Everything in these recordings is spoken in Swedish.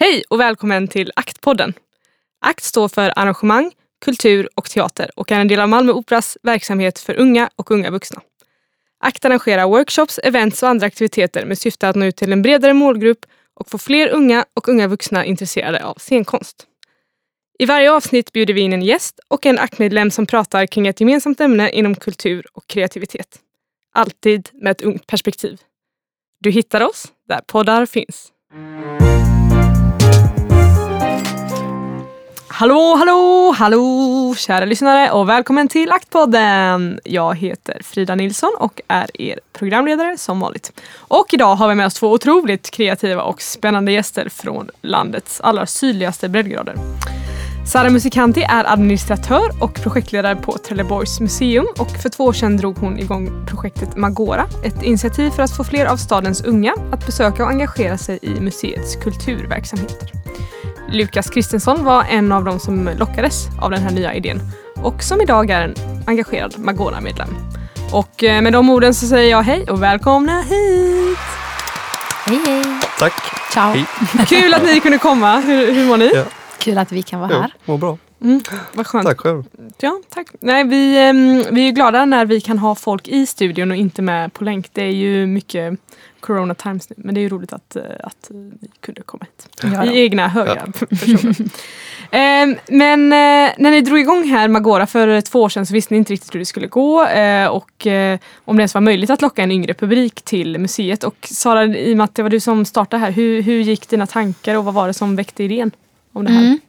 Hej och välkommen till ACT-podden. ACT står för arrangemang, kultur och teater och är en del av Malmö Operas verksamhet för unga och unga vuxna. ACT arrangerar workshops, events och andra aktiviteter med syfte att nå ut till en bredare målgrupp och få fler unga och unga vuxna intresserade av scenkonst. I varje avsnitt bjuder vi in en gäst och en ACT-medlem som pratar kring ett gemensamt ämne inom kultur och kreativitet. Alltid med ett ungt perspektiv. Du hittar oss där poddar finns. Hallå, kära lyssnare och välkommen till ACT-podden. Jag heter Frida Nilsson och är er programledare som vanligt. Och idag har vi med oss två otroligt kreativa och spännande gäster från landets allra sydligaste breddgrader. Sara Musikanti är administratör och projektledare på Trelleborgs museum och för 2 år sedan drog hon igång projektet Magora, ett initiativ för att få fler av stadens unga att besöka och engagera sig i museets kulturverksamheter. Lukas Kristensson var en av dem som lockades av den här nya idén och som idag är en engagerad Magora-medlem. Och med de orden så säger jag hej och välkomna hit! Hej! Tack! Ciao! Hej. Kul att ni kunde komma, hur mår ni? Ja. Kul att vi kan vara här. Mår bra. Vad skönt. Tack själv. Ja, tack. Nej, vi är glada när vi kan ha folk i studion och inte med på länk. Det är ju mycket corona times nu, men det är ju roligt att ni kunde komma hit. Ja, I egna höga personer. Men när ni drog igång här Magora för 2 år sedan så visste ni inte riktigt hur det skulle gå och om det ens var möjligt att locka en yngre publik till museet. Och Sara, i och med att det var du som startade här, hur gick dina tankar och vad var det som väckte idén om det här?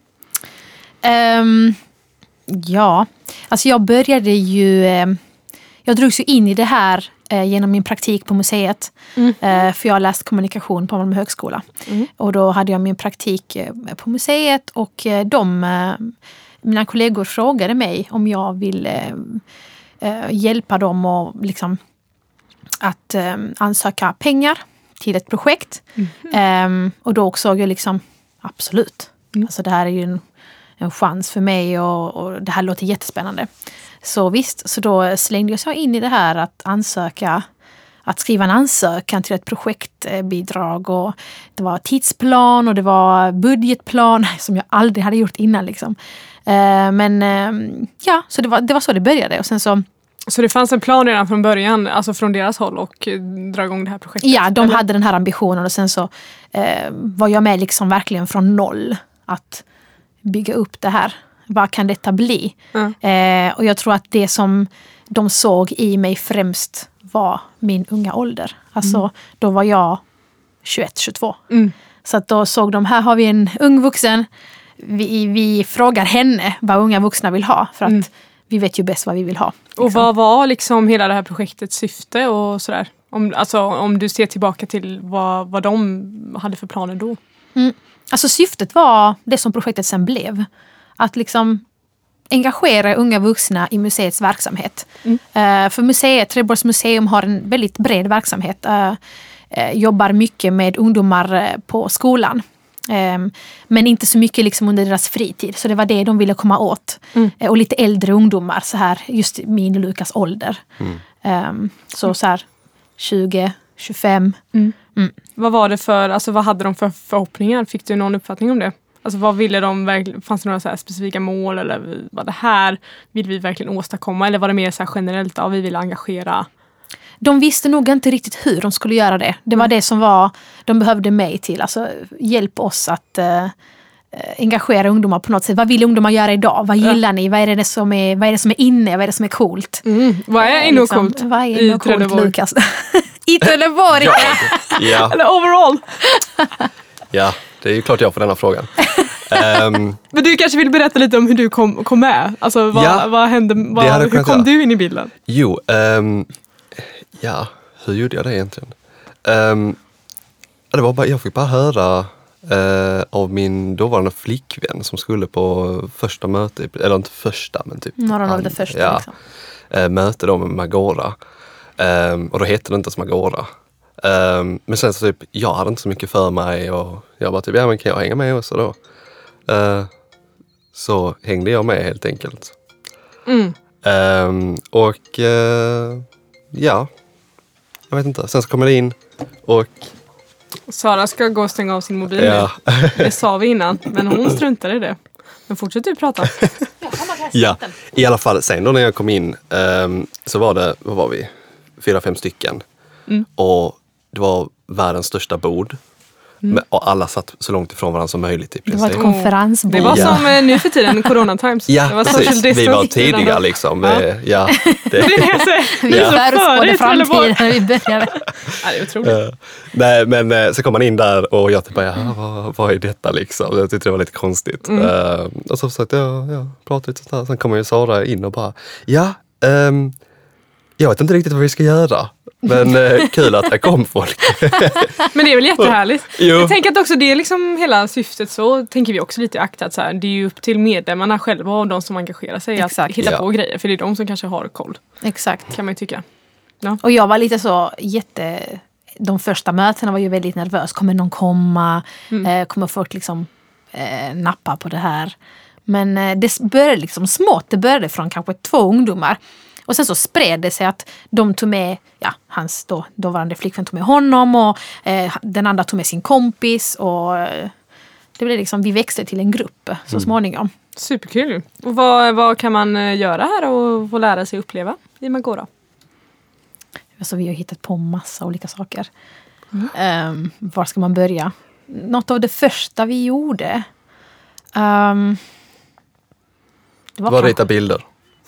Ja, alltså jag började ju, jag drogs ju in i det här genom min praktik på museet. För jag har läst kommunikation på Malmö högskola. Och då hade jag min praktik på museet och mina kollegor frågade mig om jag ville hjälpa dem och liksom att ansöka pengar till ett projekt. Och då såg jag liksom, absolut. Alltså det här är ju en chans för mig och det här låter jättespännande. Så visst, så då slängde jag in i det här att skriva en ansökan till ett projektbidrag och det var tidsplan och det var budgetplan som jag aldrig hade gjort innan liksom. Ja, så det var så det började och sen så. Så det fanns en plan redan från början, alltså från deras håll och dra igång det här projektet? Ja, de hade den här ambitionen och sen så var jag med liksom verkligen från noll att bygga upp det här. Vad kan detta bli? Och jag tror att det som de såg i mig främst var min unga ålder. Alltså då var jag 21-22. Så att då såg de, här har vi en ung vuxen. Vi frågar henne vad unga vuxna vill ha. För att vi vet ju bäst vad vi vill ha. Liksom. Och vad var liksom hela det här projektets syfte och sådär? Om du ser tillbaka till vad de hade för planer då? Alltså syftet var det som projektet sen blev. Att liksom engagera unga vuxna i museets verksamhet. För museet, Trelleborgs museum har en väldigt bred verksamhet. Jobbar mycket med ungdomar på skolan. Men inte så mycket liksom under deras fritid. Så det var det de ville komma åt. Och lite äldre ungdomar, så här, just min och Lukas ålder. Så här 20, 25. Vad var det vad hade de för förhoppningar? Fick du någon uppfattning om det? Alltså vad ville de verkligen, fanns det några så här specifika mål eller vad det här vill vi verkligen åstadkomma? Eller var det mer så här generellt att vi vill engagera? De visste nog inte riktigt hur de skulle göra det. Det var det som de behövde mig till. Alltså hjälp oss att engagera ungdomar på något sätt. Vad vill ungdomar göra idag? Vad gillar ni? Vad är det som är inne? Vad är det som är coolt? Vad är inne och coolt? Vad är inne och coolt, Lukas? I Trelleborg! Ja. Eller overall? Ja, det är ju klart jag får denna frågan. Men du kanske vill berätta lite om hur du kom med? Alltså vad hände? Hur kom du in i bilden? Jo, hur gjorde jag det egentligen? Det var bara, jag fick bara höra av min dåvarande flickvän som skulle på första möte, eller inte första men typ någon av det första liksom. Möte då med Magora. Och då hette det inte ens Magora. Men sen så typ, jag hade inte så mycket för mig och jag bara typ, men kan jag hänga med också då? Så hängde jag med helt enkelt. Jag vet inte. Sen så kom jag in och Sara ska gå och stänga av sin mobil. Ja. Det sa vi innan, men hon struntade i det. Men fortsätt du prata. Ja, i alla fall sen då när jag kom in så var det, vad var vi? 4-5 stycken. Och det var världens största bord. Och alla satt så långt ifrån varandra som möjligt i Det princip. var ett konferensbord. Det var som nu för tiden, Corona Times. Ja, det var precis. Vi var tidiga liksom. Ja, Det är det jag säger. Vi Det är så förutspådde före framtiden när vi började. Ja, det är otroligt. nej, men så kom man in där och jag typ bara, vad är detta liksom? Jag tyckte det var lite konstigt. Och så försökte jag prata lite sånt här. Sen kommer ju Sara in och bara, jag vet inte riktigt vad vi ska göra. Men kul att det kom folk. Men det är väl jättehärligt. Jo. Jag tänker att också det är liksom hela syftet, så tänker vi också lite i ACT att så här, det är ju upp till medlemmarna själva och de som engagerar sig Exakt. att hitta Ja. på grejer. För det är de som kanske har koll, Exakt. kan man ju tycka. Och jag var lite så de första mötena var ju väldigt nervös. Kommer någon komma? Kommer folk liksom nappa på det här? Men det började liksom smått. Det började från kanske 2 ungdomar. Och sen så spred det sig att de tog med, hans dåvarande flickvän tog med honom och den andra tog med sin kompis. Och det blev liksom, vi växte till en grupp så småningom. Superkul. Och vad kan man göra här och få lära sig uppleva i Magora? Alltså vi har hittat på massa olika saker. Var ska man börja? Något av det första vi gjorde. Det Var rita bilder.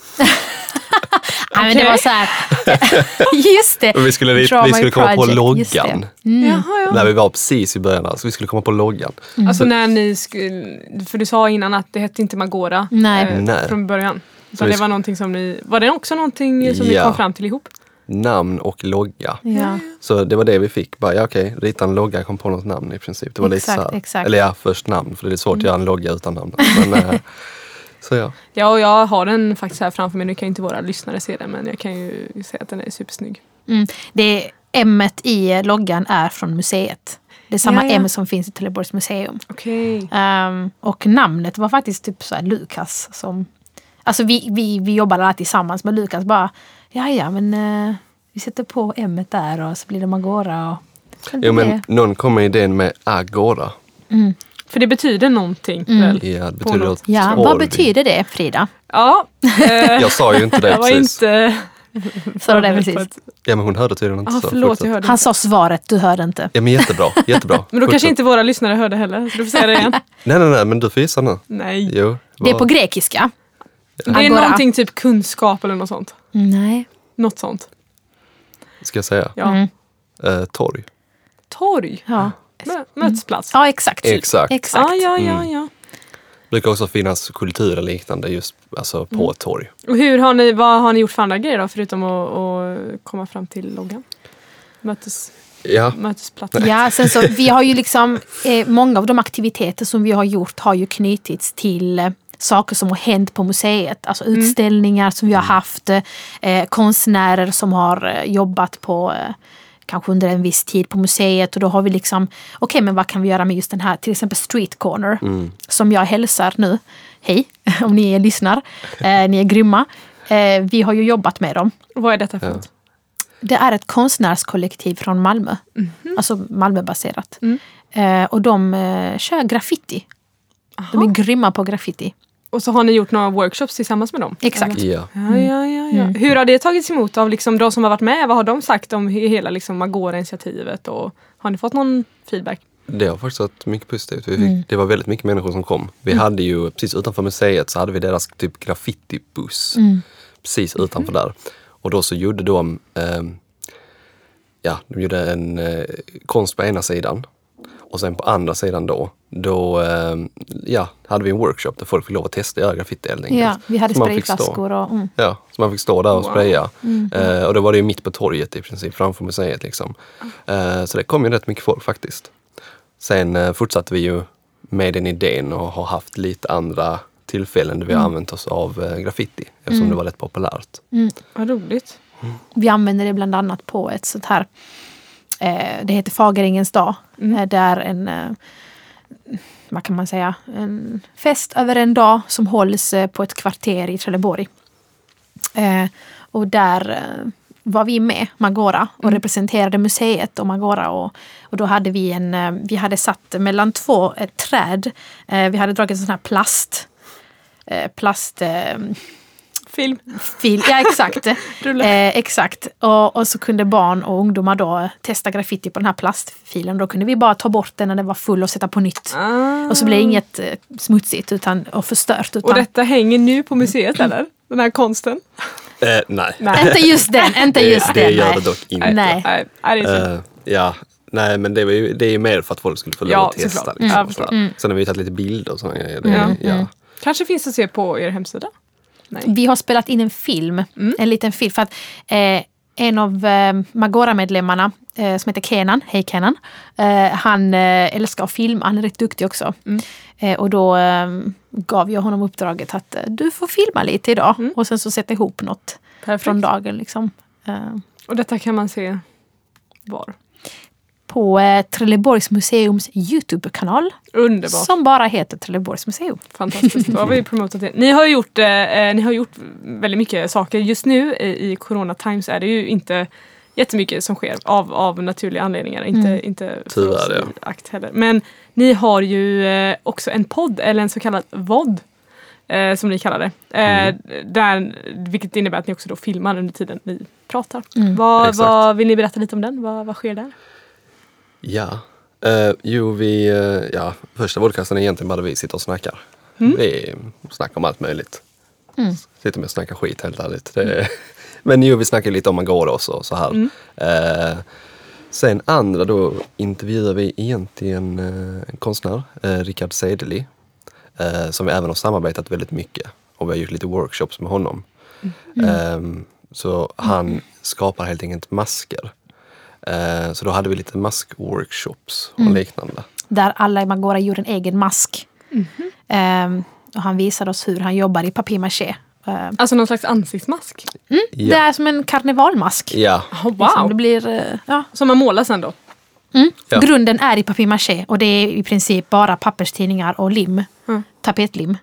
Nej, men det var så här. Just det. Vi skulle Drama komma på project, just det. loggan. Jaha, När vi var precis i början. Så vi skulle komma på loggan. Alltså när ni skulle, för du sa innan att det hette inte Magora Nej. Nej. från början. Så vi det var någonting som ni, var det också någonting som ni Ja. kom fram till ihop? Namn och logga. Ja. Så det var det vi fick. Bara, okej, rita en logga, kom på något namn i princip. Det var lite så här. Exakt. Eller först namn, för det är svårt att göra en logga utan namn. Men, så ja. Ja, och jag har den faktiskt här framför mig. Nu kan ju inte våra lyssnare se den, men jag kan ju säga att den är supersnygg. Det M-et i loggan är från museet. Det är samma Ja. M som finns i Trelleborgs museum. Okej. Och namnet var faktiskt typ så här Lukas som... Alltså vi jobbade alla tillsammans med Lukas bara, men vi sätter på M-et där och så blir det Magora. Och Jo, men någon kom med idén med Agora. För det betyder någonting väl? Ja, det På betyder något. Ja, vad betyder det, Frida? Ja. Jag sa ju inte det Jag var precis. inte... Sa du det precis? Ja, men hon hörde tydligen inte. Ja, så förlåt, fortsätt. jag hörde Han inte. sa svaret, du hörde inte. Ja, men jättebra. Men då kanske Fortsätt. inte våra lyssnare hörde heller. Så du får säga det igen. Nej, men du får gissa nu. Nej. Jo. Det är på grekiska. Det är Agora. någonting typ kunskap eller något sånt. Nej. Något sånt. Ska jag säga? Ja. Torg. Torg. Ja. Mötesplats. Ja, exakt. Exakt. Ja. Det brukar också finnas kultur eller liknande just alltså, på ett torg. Och vad har ni gjort för andra grejer då? Förutom att komma fram till loggan? Ja. Mötesplats. Ja, sen så vi har ju liksom många av de aktiviteter som vi har gjort har ju knutits till saker som har hänt på museet. Alltså utställningar som vi har haft, konstnärer som har jobbat på kanske under en viss tid på museet, och då har vi liksom men vad kan vi göra med just den här, till exempel Street Corner som jag hälsar nu. Hej, om ni lyssnar. Ni är grymma. Vi har ju jobbat med dem. Vad är detta för något? Det är ett konstnärskollektiv från Malmö. Alltså Malmöbaserat. Och de kör graffiti. De är grymma på graffiti. Och så har ni gjort några workshops tillsammans med dem? Exakt. Ja. Ja. Hur har det tagits emot av liksom de som har varit med? Vad har de sagt om hela liksom Magora-initiativet? Och har ni fått någon feedback? Det har faktiskt varit mycket positivt. Det var väldigt mycket människor som kom. Vi hade ju precis utanför museet så hade vi deras typ graffitibuss. Precis utanför där. Och då så gjorde de de gjorde en konst på ena sidan. Och sen på andra sidan då hade vi en workshop där folk fick lov att testa att göra graffitieldning. Ja, vi hade Så man fick sprayflaskor och... Ja, så man fick stå där och spraya. Och då var det ju mitt på torget i princip, framför museet liksom. Så det kom ju rätt mycket folk faktiskt. Sen fortsatte vi ju med den idén och har haft lite andra tillfällen där vi har använt oss av graffiti. Eftersom det var rätt populärt. Vad roligt. Vi använder det bland annat på ett sånt här... det heter Fageringens dag. Det är en... vad kan man säga? En fest över en dag som hålls på ett kvarter i Trelleborg. Och där var vi med Magora och representerade museet och Magora och då hade vi hade satt mellan 2 träd. Vi hade dragit en sån här plast Film. Ja, exakt. Exakt. Och så kunde barn och ungdomar då testa graffiti på den här plastfilen. Då kunde vi bara ta bort den när den var full och sätta på nytt. Och så blev det inget smutsigt och förstört. Och detta hänger nu på museet, eller? Den här konsten? Nej. Inte just den. Det gör det dock inte. Nej. Ja, nej, men det är ju mer för att folk skulle få lov att testa. Liksom, Sen har vi tagit lite bilder och sådana grejer. Kanske finns att se på er hemsida? Nej. Vi har spelat in en film, en liten film, för att en av Magora-medlemmarna som heter Kenan, hej Kenan, han älskar att filma, han är rätt duktig också. Och då gav jag honom uppdraget att du får filma lite idag och sen så sätta ihop något från dagen. Liksom. Och detta kan man se var? På Trelleborgs museums YouTube-kanal. Underbart. Som bara heter Trelleborgs museum. Fantastiskt, då har vi promotat det. Ni har gjort väldigt mycket saker. Just nu i Corona Times är det ju inte jättemycket som sker av naturliga anledningar. Inte för oss i akt heller. Men ni har ju också en podd, eller en så kallad VOD. Som ni kallar det. Vilket innebär att ni också då filmar under tiden ni pratar. Vad vill ni berätta lite om den? Vad sker där? Ja, första vodcasten är egentligen bara vi sitter och snackar. Vi snackar om allt möjligt. Sitter med och snackar skit helt ärligt. Men vi snackar lite om Magora också så här. Sen andra då intervjuar vi egentligen en konstnär, Rickard Sedeli, som vi även har samarbetat väldigt mycket. Och vi har gjort lite workshops med honom. Så han skapar helt enkelt masker. Så då hade vi lite maskworkshops och liknande. Där alla i Magora gjorde en egen mask. Och han visade oss hur han jobbar i papier-maché. Alltså någon slags ansiktsmask? Ja. Det är som en karnevalmask. Ja. Oh, wow. Det blir, som man målar sen då? Ja. Grunden är i papier-maché och det är i princip bara papperstidningar och lim. Tapetlim.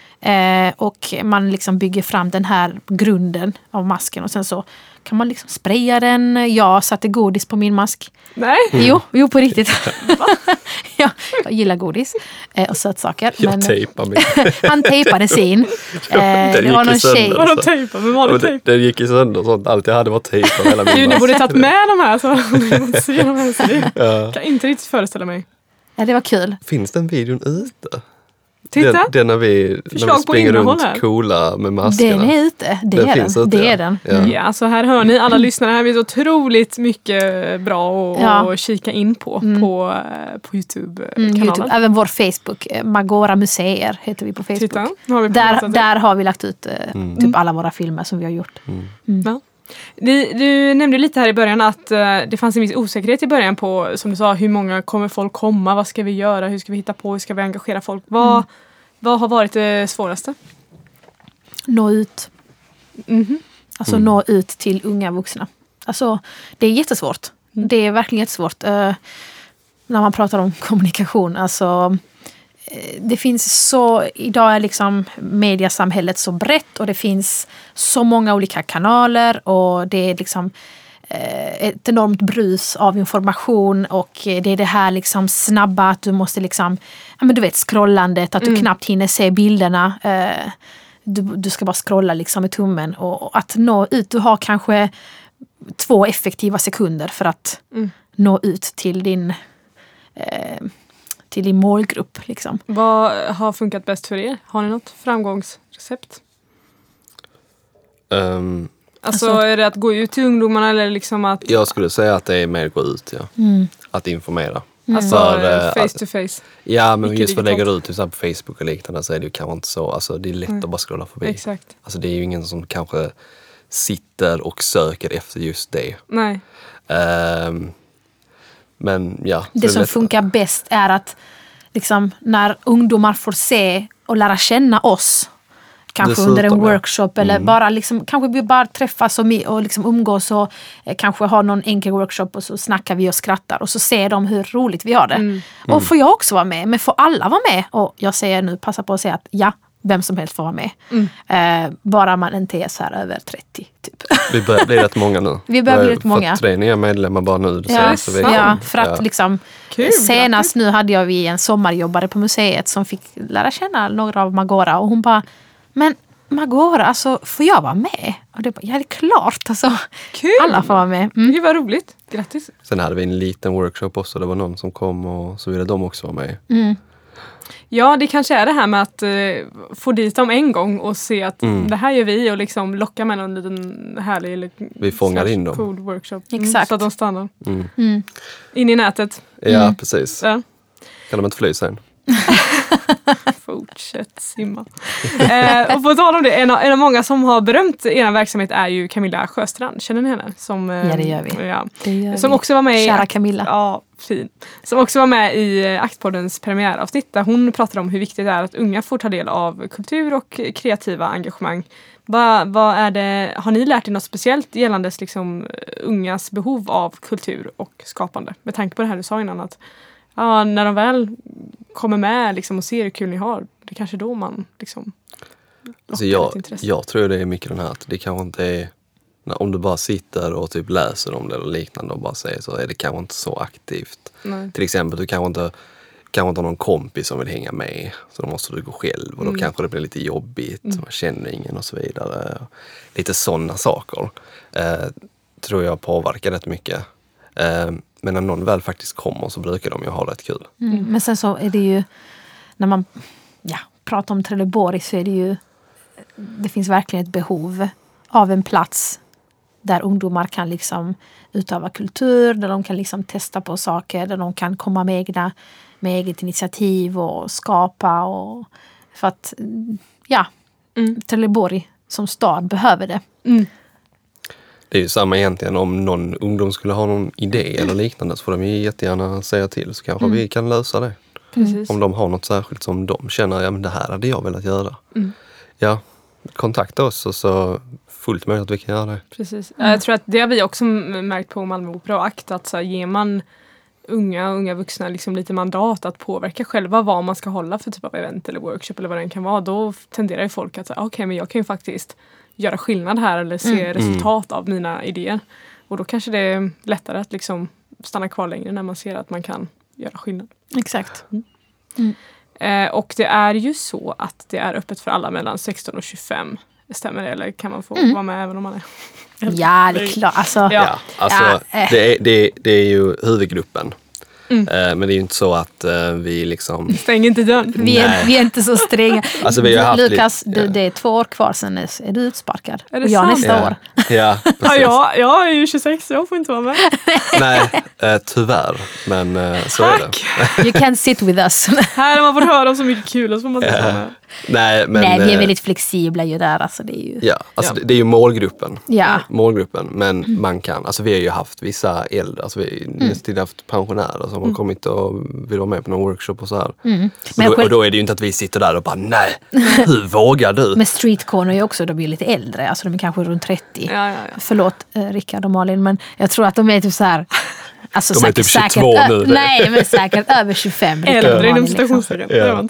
Och man liksom bygger fram den här grunden av masken och sen så kan man liksom spraya den. Jag satte godis på min mask. Nej. Jo på riktigt. Jag gillar godis och sötsaker. Han tejpade sin. Det var någon tjej. Vadå tejpa? Men var det tejp? Det gick ju sönder sånt. Allt jag hade var tejp av hela min mask. Ni borde tagit med de här så ni måste se de här. Jag kan inte riktigt föreställa mig. Ja, det var kul. Finns den videon ute? Titta. Den när vi springer runt coola med maskerna. Den är ute. Det är den. Ja, så här hör ni alla lyssnare. Här finns otroligt mycket bra att kika in på YouTube-kanalen. YouTube. Även vår Facebook. Magora Museer heter vi på Facebook. Titta, där har vi lagt ut typ alla våra filmer som vi har gjort. Ja. Du nämnde lite här i början att det fanns en viss osäkerhet i början på, som du sa, hur många kommer folk komma, vad ska vi göra, hur ska vi hitta på, hur ska vi engagera folk? Vad har varit det svåraste? Nå ut. Alltså nå ut till unga vuxna. Alltså det är jättesvårt. Det är verkligen jättesvårt. När man pratar om kommunikation, alltså det finns så, idag är liksom mediasamhället så brett och det finns så många olika kanaler och det är liksom ett enormt brus av information och det är det här liksom snabba att du måste liksom, du vet scrollandet, att du knappt hinner se bilderna. Du ska bara scrolla liksom med tummen och att nå ut, du har kanske 2 effektiva sekunder för att nå ut till din målgrupp. Liksom. Vad har funkat bäst för er? Har ni något framgångsrecept? Alltså är det att gå ut till ungdomarna eller liksom att... Jag skulle säga att det är mer att gå ut, att informera. Alltså face to face. Ja, men just för att lägga ut på Facebook och liknande så är det ju kanske inte så. Alltså det är lätt att bara scrolla förbi. Exakt. Alltså det är ju ingen som kanske sitter och söker efter just det. Nej. Men ja. Det som funkar bäst är att liksom, när ungdomar får se och lära känna oss, kanske under en workshop eller bara liksom, kanske vi bara träffas och liksom umgås och kanske har någon enkel workshop och så snackar vi och skrattar och så ser de hur roligt vi har det. Och får jag också vara med, men får alla vara med? Och jag säger nu, passa på att säga att vem som helst får vara med. Bara man inte är så här över 30 typ. Vi börjar bli rätt många nu. Vi börjar bli rätt många. Fått 3 nya medlemmar bara nu. Ja, för att liksom Kul, senast nu hade jag en sommarjobbare på museet som fick lära känna några av Magora och hon bara, men Magora, alltså får jag vara med? Och det bara, ja det är klart, alltså. Kul. Alla får vara med. Gud vad roligt. Grattis. Sen hade vi en liten workshop också. Det var någon som kom och så ville de också vara med. Ja, det kanske är det här med att få dit dem en gång och se att det här gör vi och liksom locka med någon liten härlig eller Vi fångar in dem. cool workshop. Exakt. Så att de stannar. In i nätet. Ja, precis. Ja. Kan de inte fly sen? Fortsätt simma. Och på tal om det, en av många som har berömt er verksamhet är ju Camilla Sjöstrand. Känner ni henne? Som, Ja, det gör vi. Ja. Det gör Som vi. också var med Kära Camilla. Ja, fin. Som också var med i Aktpoddens premiäravsnitt där hon pratade om hur viktigt det är att unga får ta del av kultur och kreativa engagemang. Vad är det, har ni lärt er något speciellt gällande liksom, ungas behov av kultur och skapande? Med tanke på det här du sa innan att när de väl kommer med liksom, och ser hur kul ni har, det är kanske då man liksom Alltså lockar lite intresse. jag tror det är mycket den här att det kanske inte är, om du bara sitter och typ läser om det eller liknande och bara säger så är det kanske inte så aktivt. Nej. Till exempel du kanske inte har någon kompis som vill hänga med så då måste du gå själv och då kanske det blir lite jobbigt, man känner ingen och så vidare. Lite sådana saker tror jag påverkar rätt mycket. Men när någon väl faktiskt kommer så brukar de ju ha rätt kul. Men sen så är det ju, när man pratar om Trelleborg så är det ju, det finns verkligen ett behov av en plats där ungdomar kan liksom utöva kultur, där de kan liksom testa på saker, där de kan komma med eget initiativ och skapa. Och, för att, Trelleborg som stad behöver det. Det är ju samma egentligen om någon ungdom skulle ha någon idé eller liknande så får de ju jättegärna säga till så kanske vi kan lösa det. Precis. Om de har något särskilt som de känner, ja men det här hade jag velat göra. Ja, kontakta oss och så fullt möjligt att vi kan göra det. Precis. Jag tror att det har vi också märkt på Malmö Opera och Akt att så här, ger man unga vuxna liksom lite mandat att påverka själva vad man ska hålla för typ av event eller workshop eller vad det kan vara, då tenderar ju folk att säga okej, men jag kan ju faktiskt göra skillnad här eller se resultat av mina idéer. Och då kanske det är lättare att liksom stanna kvar längre när man ser att man kan göra skillnad. Exakt. Och det är ju så att det är öppet för alla mellan 16 och 25. Stämmer det? Eller kan man få vara med även om man är... Ja, det är klart. Alltså, Det är ju huvudgruppen. Men det är ju inte så att vi liksom... Stäng inte dörren. vi är inte så stränga. Alltså, vi har haft Lukas, lite, det är 2 år kvar sen är du utsparkad. Är det och jag sant? nästa år. Ja, precis. Jag är ju 26 så jag får inte vara med. Nej, tyvärr. Men så är det. You can't sit with us. Här har man fått höra om så mycket kul och så får man inte vara med. Nej, men, Nej, vi är väldigt flexibla ju där. Alltså, det är ju... Ja, alltså det är ju målgruppen. Ja. Målgruppen, men man kan, alltså vi har ju haft vissa äldre, alltså vi har nästan haft pensionärer som har kommit och vill vara med på någon workshop och så här. Och då är det ju inte att vi sitter där och bara, nej, hur vågar du? Men Street Corner är ju också, de är lite äldre, alltså de är kanske runt 30. Ja. Förlåt Rickard och Malin, men jag tror att de är typ så här. Alltså De är typ 22 nu. Nej, men säkert över 25. Äldre inom citationstecken.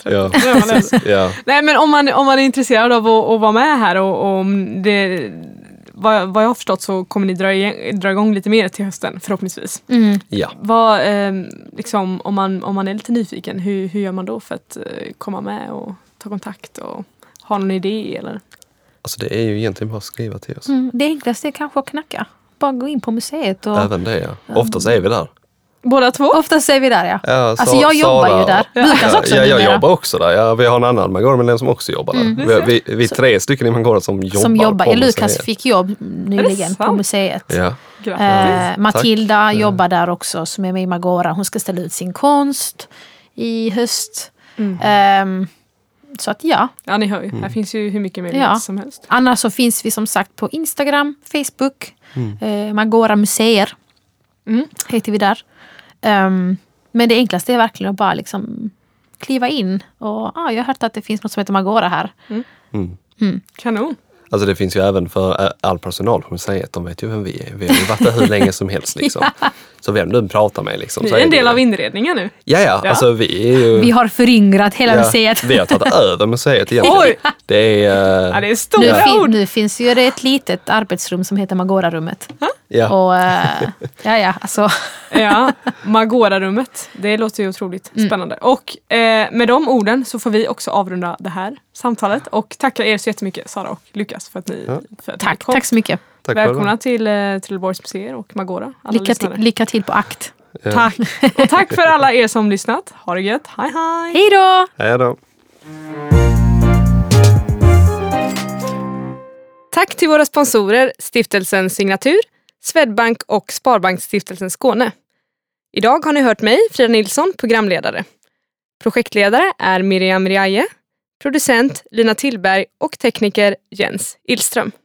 Ja. Nej, men om man är intresserad av att vara med här och om det... Vad jag har förstått så kommer ni dra igång lite mer till hösten, förhoppningsvis. Ja. Liksom, om man är lite nyfiken, hur gör man då för att komma med och ta kontakt och ha någon idé? Eller? Alltså det är ju egentligen bara att skriva till oss. Det enklaste är kanske att knacka. Bara gå in på museet. Och... Även det, ja. Oftast är vi där. Båda två? Oftast är vi där, ja. Alltså jag jobbar ju där. Lukas också. Jag jobbar också där. Ja, vi har en annan Magora som också jobbar där. Vi är 3 stycken i Magora som jobbar på Lukas museet. fick jobb nyligen på museet. Ja. Matilda jobbar där också, som är med i Magora. Hon ska ställa ut sin konst i höst. Så att ja. Ja, ni hör ju. Här finns ju hur mycket mer som helst. Annars så finns vi som sagt på Instagram, Facebook, Magora museer heter vi där. Men det enklaste är verkligen att bara liksom kliva in. Och jag har hört att det finns något som heter Magora här. Kanon. Alltså det finns ju även för all personal på museet. De vet ju vem vi är. Vi har ju varit där hur länge som helst liksom. Så vem du pratar med liksom. Ni så är en del av inredningen nu. Ja. Alltså vi är ju... Vi har föryngrat hela museet. Vi har tagit över museet egentligen. Oj! Det är... Det är stora ord. Nu finns ju det ett litet arbetsrum som heter Magora-rummet. Ja. Och alltså. Ja, Magora-rummet. Det låter ju otroligt spännande. Och med de orden så får vi också avrunda det här samtalet. Och tacka er så jättemycket, Sara och Lukas, för att ni för att ni kom. Tack så mycket. Tack Välkomna till Trelleborgs museer och Magora. Lycka till på ACT. Ja. Tack. Och tack för alla er som lyssnat. Ha det gött. Hej hej! Hej då! Hej då! Tack till våra sponsorer Stiftelsen Signatur, Swedbank och Sparbanksstiftelsen Skåne. Idag har ni hört mig, Frida Nilsson, programledare. Projektledare är Miriam Riaje, producent Lina Tillberg och tekniker Jens Illström.